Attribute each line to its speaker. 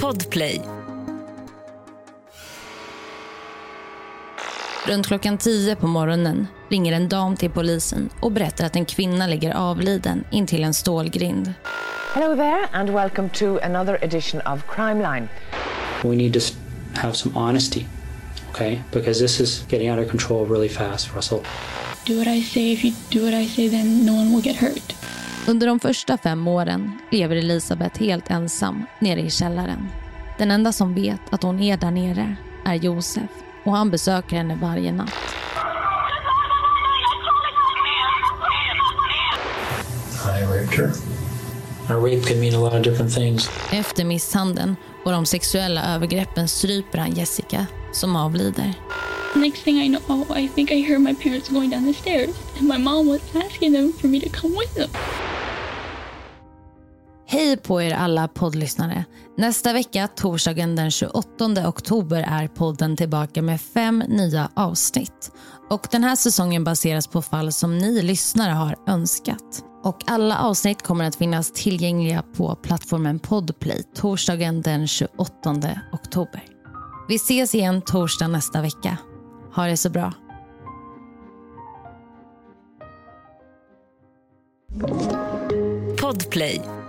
Speaker 1: Podplay.
Speaker 2: Runt klockan 10 på morgonen ringer en dam till polisen och berättar att en kvinna ligger avliden intill en stålgrind.
Speaker 3: Hello there and welcome to another edition of Crime Line.
Speaker 4: We need to have some honesty, okay? Because this is getting out of control really fast, Russell.
Speaker 5: Do what I say. If you do what I say, then no one will get hurt.
Speaker 2: Under de första 5 åren lever Elisabeth helt ensam nere i källaren. Den enda som vet att hon är där nere är Josef och han besöker henne varje natt.
Speaker 4: I raped her. Rape can mean a lot of different things.
Speaker 2: Efter misshandeln och de sexuella övergreppen stryper han Jessica som avlider.
Speaker 5: Next thing I know, I think I heard my parents going down the stairs, and my mom was asking them for me to come with them.
Speaker 2: Hej på er alla poddlyssnare. Nästa vecka, torsdagen den 28 oktober, är podden tillbaka med 5 nya avsnitt. Och den här säsongen baseras på fall som ni lyssnare har önskat. Och alla avsnitt kommer att finnas tillgängliga på plattformen Podplay torsdagen den 28 oktober. Vi ses igen torsdag nästa vecka. Ha det så bra.
Speaker 1: Podplay.